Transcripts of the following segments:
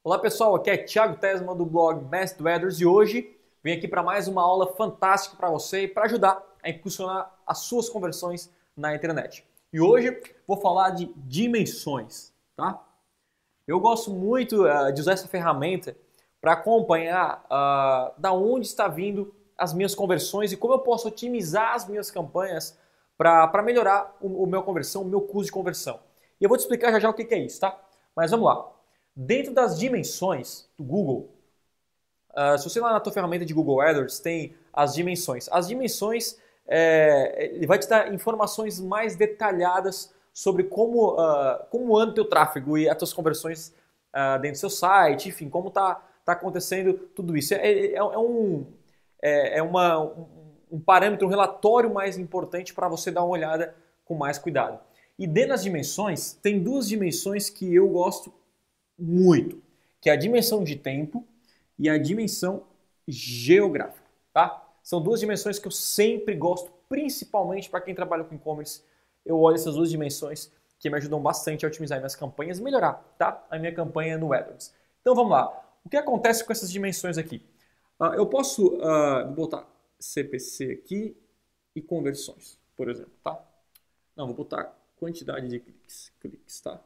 Olá pessoal, aqui é Thiago Tesma do blog Best Weathers e hoje venho aqui para mais uma aula fantástica para você e para ajudar a impulsionar as suas conversões na internet. E hoje vou falar de dimensões, tá? Eu gosto muito de usar essa ferramenta para acompanhar da onde está vindo as minhas conversões e como eu posso otimizar as minhas campanhas para melhorar o meu conversão, o meu custo de conversão. E eu vou te explicar já já o que é isso, tá? Mas vamos lá. Dentro das dimensões do Google, se você lá na tua ferramenta de Google AdWords tem as dimensões. As dimensões, ele vai te dar informações mais detalhadas sobre como anda o teu tráfego e as tuas conversões dentro do seu site, enfim, como está acontecendo tudo isso. Um parâmetro, um relatório mais importante para você dar uma olhada com mais cuidado. E dentro das dimensões, tem duas dimensões que eu gosto muito, que é a dimensão de tempo e a dimensão geográfica, tá? São duas dimensões que eu sempre gosto, principalmente para quem trabalha com e-commerce. Eu olho essas duas dimensões que me ajudam bastante a otimizar minhas campanhas e melhorar, tá? A minha campanha no AdWords. Então vamos lá. O que acontece com essas dimensões aqui? Eu posso botar CPC aqui e conversões, por exemplo, tá? Não, vou botar quantidade de cliques, tá?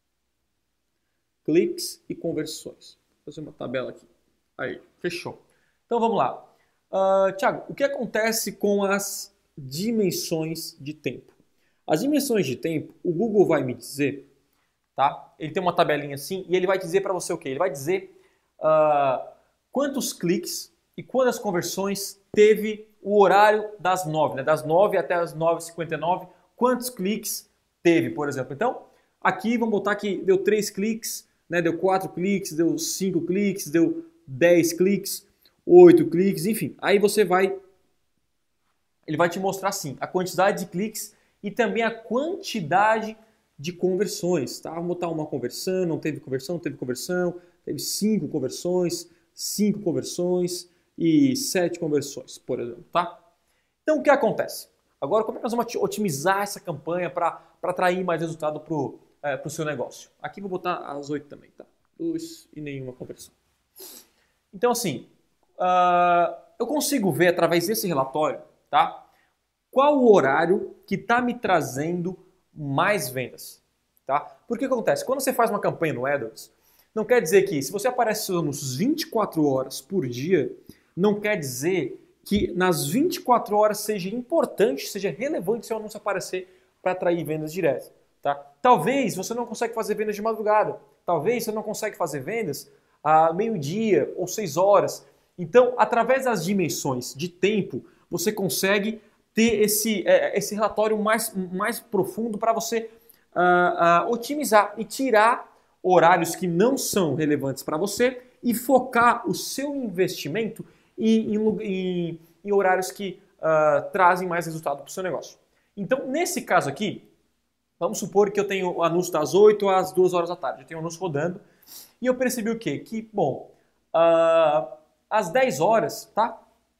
Cliques e conversões. Vou fazer uma tabela aqui. Aí, fechou. Então vamos lá. Thiago, o que acontece com as dimensões de tempo? As dimensões de tempo, o Google vai me dizer, tá? Ele tem uma tabelinha assim e ele vai dizer para você o quê? Ele vai dizer quantos cliques e quantas conversões teve o horário das 9, né? Das 9 até as 9h59, quantos cliques teve, por exemplo. Então, aqui vamos botar que deu 3 cliques, né? Deu 4 cliques, deu 5 cliques, deu 10 cliques, 8 cliques, enfim. Aí ele vai te mostrar assim, a quantidade de cliques e também a quantidade de conversões, tá? Vamos botar uma conversão, não teve conversão, teve 5 conversões, 5 conversões e 7 conversões, por exemplo, tá? Então o que acontece? Agora como é que nós vamos otimizar essa campanha para atrair mais resultado para o seu negócio? Aqui vou botar as 8 também, tá? 2 e nenhuma conversão. Então assim, eu consigo ver através desse relatório, tá? Qual o horário que está me trazendo mais vendas, tá? Porque o que acontece? Quando você faz uma campanha no AdWords, não quer dizer que se você aparece seus anúncios 24 horas por dia, não quer dizer que nas 24 horas seja importante, seja relevante seu anúncio aparecer para atrair vendas diretas, tá? Talvez você não consiga fazer vendas de madrugada, talvez você não consiga fazer vendas a meio-dia ou 6 horas. Então, através das dimensões de tempo, você consegue ter esse relatório mais profundo para você otimizar e tirar horários que não são relevantes para você e focar o seu investimento em horários que trazem mais resultado para o seu negócio. Então, nesse caso aqui, vamos supor que eu tenho o anúncio das 8 às 2 horas da tarde. Eu tenho o anúncio rodando e eu percebi o quê? Que, bom, às 10 horas, tá?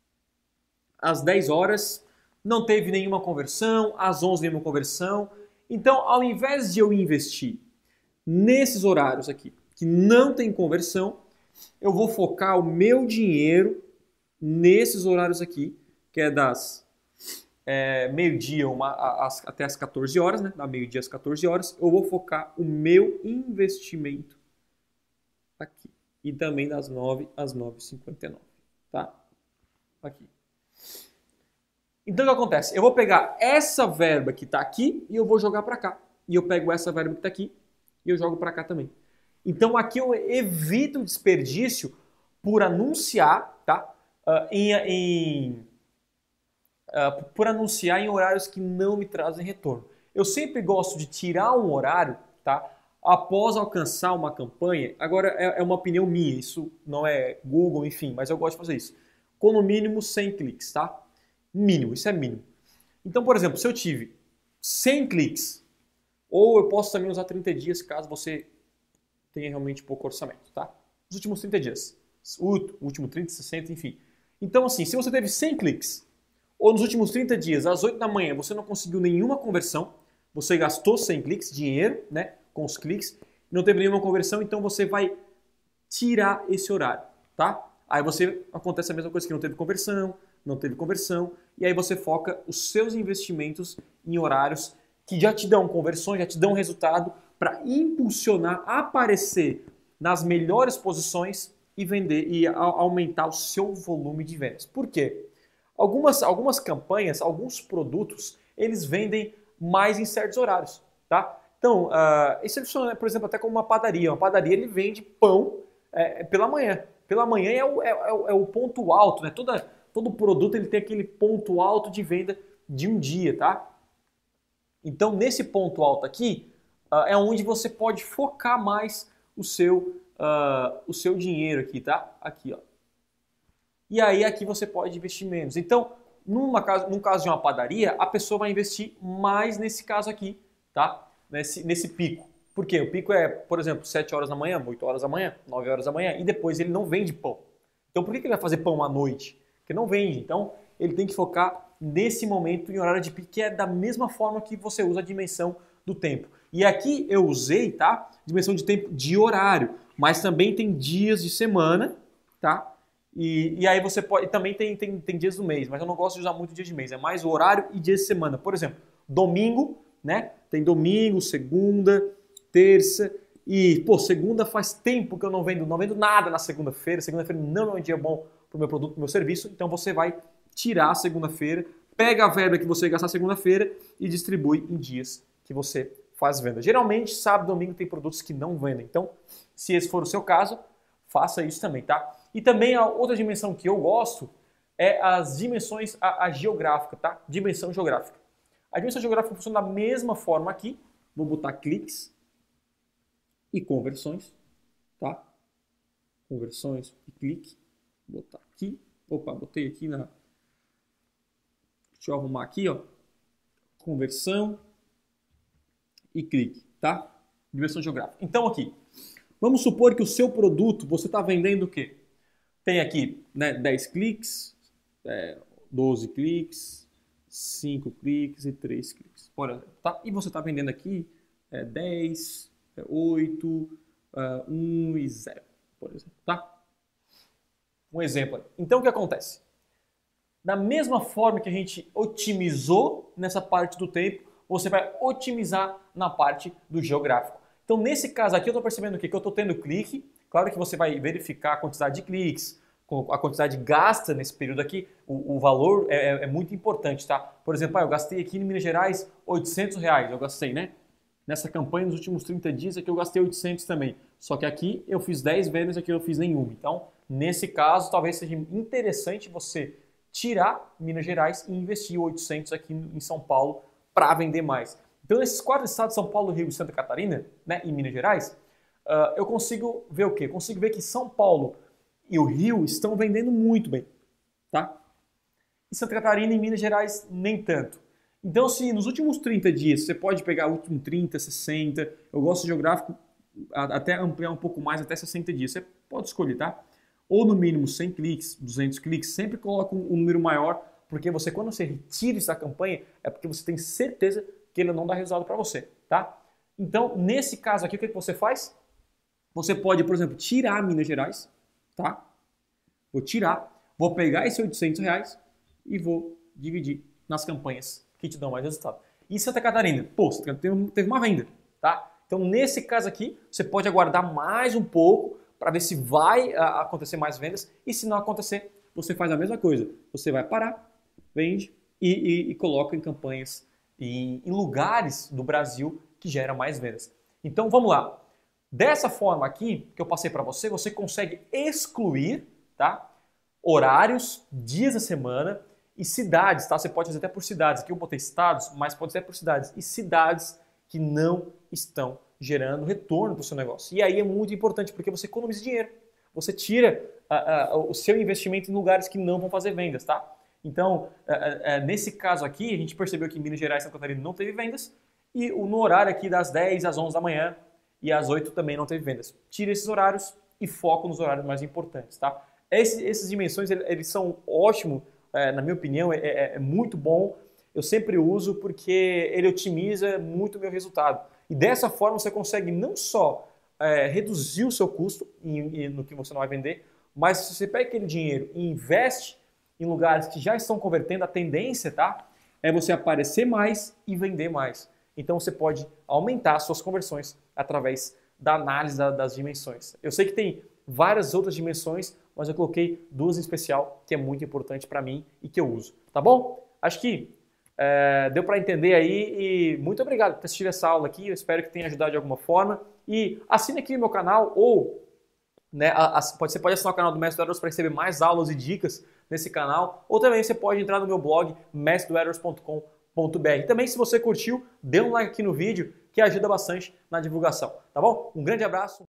Às 10 horas não teve nenhuma conversão, às 11 nenhuma conversão. Então, ao invés de eu investir nesses horários aqui, que não tem conversão, eu vou focar o meu dinheiro nesses horários aqui, que é das meio-dia até as 14 horas, né? Da meio-dia às 14 horas, eu vou focar o meu investimento aqui. E também das 9 às 9h59, tá? Aqui. Então o que acontece? Eu vou pegar essa verba que está aqui e eu vou jogar para cá. E eu pego essa verba que está aqui e eu jogo para cá também. Então aqui eu evito o desperdício por anunciar, tá? Por anunciar em horários que não me trazem retorno. Eu sempre gosto de tirar um horário, tá? Após alcançar uma campanha. Agora é uma opinião minha, isso não é Google, enfim, mas eu gosto de fazer isso. Com no mínimo 100 cliques, tá? Mínimo, isso é mínimo. Então, por exemplo, se eu tive 100 cliques, ou eu posso também usar 30 dias, caso você tenha realmente pouco orçamento, tá? Os últimos 30 dias. O último 30, 60, enfim. Então, assim, se você teve 100 cliques, ou nos últimos 30 dias, às 8 da manhã, você não conseguiu nenhuma conversão, você gastou 100 cliques, dinheiro, né, com os cliques, não teve nenhuma conversão, então você vai tirar esse horário, tá? Aí acontece a mesma coisa que não teve conversão, e aí você foca os seus investimentos em horários que já te dão conversões, já te dão resultado para impulsionar, aparecer nas melhores posições e vender e aumentar o seu volume de vendas. Por quê? Algumas campanhas, alguns produtos, eles vendem mais em certos horários, tá? Então, isso funciona, por exemplo, até como uma padaria. Uma padaria, ele vende pão pela manhã. Pela manhã é o ponto alto, né? Todo produto ele tem aquele ponto alto de venda de um dia, tá? Então, nesse ponto alto aqui, é onde você pode focar mais o seu dinheiro aqui, tá? Aqui, ó. E aí aqui você pode investir menos. Então, num caso de uma padaria, a pessoa vai investir mais nesse caso aqui, tá? Nesse pico. Por quê? O pico é, por exemplo, 7 horas da manhã, 8 horas da manhã, 9 horas da manhã, e depois ele não vende pão. Então, por que ele vai fazer pão à noite? Porque não vende. Então, ele tem que focar nesse momento em horário de pico, que é da mesma forma que você usa a dimensão do tempo. E aqui eu usei, tá? Dimensão de tempo de horário, mas também tem dias de semana, tá? E aí você pode. Também tem dias do mês, mas eu não gosto de usar muito dias de mês. É mais o horário e dias de semana. Por exemplo, domingo, né? Tem domingo, segunda, terça. E, segunda faz tempo que eu não vendo nada na segunda-feira. Segunda-feira não é um dia bom para o meu produto, para o meu serviço. Então você vai tirar a segunda-feira, pega a verba que você gastar segunda-feira e distribui em dias que você faz venda. Geralmente, sábado e domingo tem produtos que não vendem. Então, se esse for o seu caso, faça isso também, tá? E também a outra dimensão que eu gosto é as dimensões, a geográfica, tá? Dimensão geográfica. A dimensão geográfica funciona da mesma forma aqui. Vou botar cliques e conversões, tá? Conversões e clique. Vou botar aqui. Opa, botei aqui na... Deixa eu arrumar aqui, ó. Conversão e clique, tá? Dimensão geográfica. Então aqui, vamos supor que o seu produto, você está vendendo o quê? Tem aqui, né, 10 cliques, 12 cliques, 5 cliques e 3 cliques, por exemplo, tá? E você está vendendo aqui 10, 8, 1 e 0, por exemplo, tá? Um exemplo aí. Então o que acontece? Da mesma forma que a gente otimizou nessa parte do tempo, você vai otimizar na parte do geográfico. Então, nesse caso aqui, eu estou percebendo que eu estou tendo clique. Claro que você vai verificar a quantidade de cliques, a quantidade gasta nesse período aqui. O valor é muito importante, tá? Por exemplo, eu gastei aqui em Minas Gerais R$800. Eu gastei, né? Nessa campanha, nos últimos 30 dias, aqui eu gastei 800 também. Só que aqui eu fiz 10 vendas, aqui eu não fiz nenhuma. Então, nesse caso, talvez seja interessante você tirar Minas Gerais e investir 800 aqui em São Paulo para vender mais. Então, nesses 4 estados, São Paulo, Rio e Santa Catarina, né, e Minas Gerais, eu consigo ver o quê? Eu consigo ver que São Paulo e o Rio estão vendendo muito bem, tá? E Santa Catarina e Minas Gerais nem tanto. Então, se nos últimos 30 dias, você pode pegar o último 30, 60, eu gosto de geográfico até ampliar um pouco mais, até 60 dias, você pode escolher, tá? Ou no mínimo 100 cliques, 200 cliques, sempre coloca um número maior, porque você, quando você retira isso da campanha, é porque você tem certeza que ele não dá resultado para você, tá? Então, nesse caso aqui, o que você faz? Você pode, por exemplo, tirar Minas Gerais, tá? Vou tirar, vou pegar esse R$800 e vou dividir nas campanhas que te dão mais resultado. E Santa Catarina? Pô, Santa Catarina teve uma venda, tá? Então, nesse caso aqui, você pode aguardar mais um pouco para ver se vai acontecer mais vendas. E se não acontecer, você faz a mesma coisa. Você vai parar, vende e coloca em campanhas em lugares do Brasil que gera mais vendas. Então, vamos lá. Dessa forma aqui, que eu passei para você, você consegue excluir, tá, horários, dias da semana e cidades, tá? Você pode fazer até por cidades. Aqui eu botei estados, mas pode ser por cidades. E cidades que não estão gerando retorno para o seu negócio. E aí é muito importante, porque você economiza dinheiro. Você tira o seu investimento em lugares que não vão fazer vendas, tá? Então, nesse caso aqui, a gente percebeu que em Minas Gerais e Santa Catarina não teve vendas. E no horário aqui das 10 às 11 da manhã e às 8 também não teve vendas. Tira esses horários e foca nos horários mais importantes, tá? Essas dimensões, eles são ótimos, na minha opinião, é muito bom. Eu sempre uso porque ele otimiza muito o meu resultado. E dessa forma você consegue não só reduzir o seu custo no que você não vai vender, mas se você pega aquele dinheiro e investe em lugares que já estão convertendo, a tendência, tá, é você aparecer mais e vender mais. Então você pode aumentar suas conversões através da análise das dimensões. Eu sei que tem várias outras dimensões, mas eu coloquei duas em especial, que é muito importante para mim e que eu uso, tá bom? Acho que deu para entender aí e muito obrigado por assistir essa aula aqui, eu espero que tenha ajudado de alguma forma e assine aqui no meu canal ou né, você pode assinar o canal do Mestre do AdWords para receber mais aulas e dicas nesse canal, ou também você pode entrar no meu blog mestredoadwords.com.br. Também se você curtiu, dê um like aqui no vídeo que ajuda bastante na divulgação, tá bom? Um grande abraço.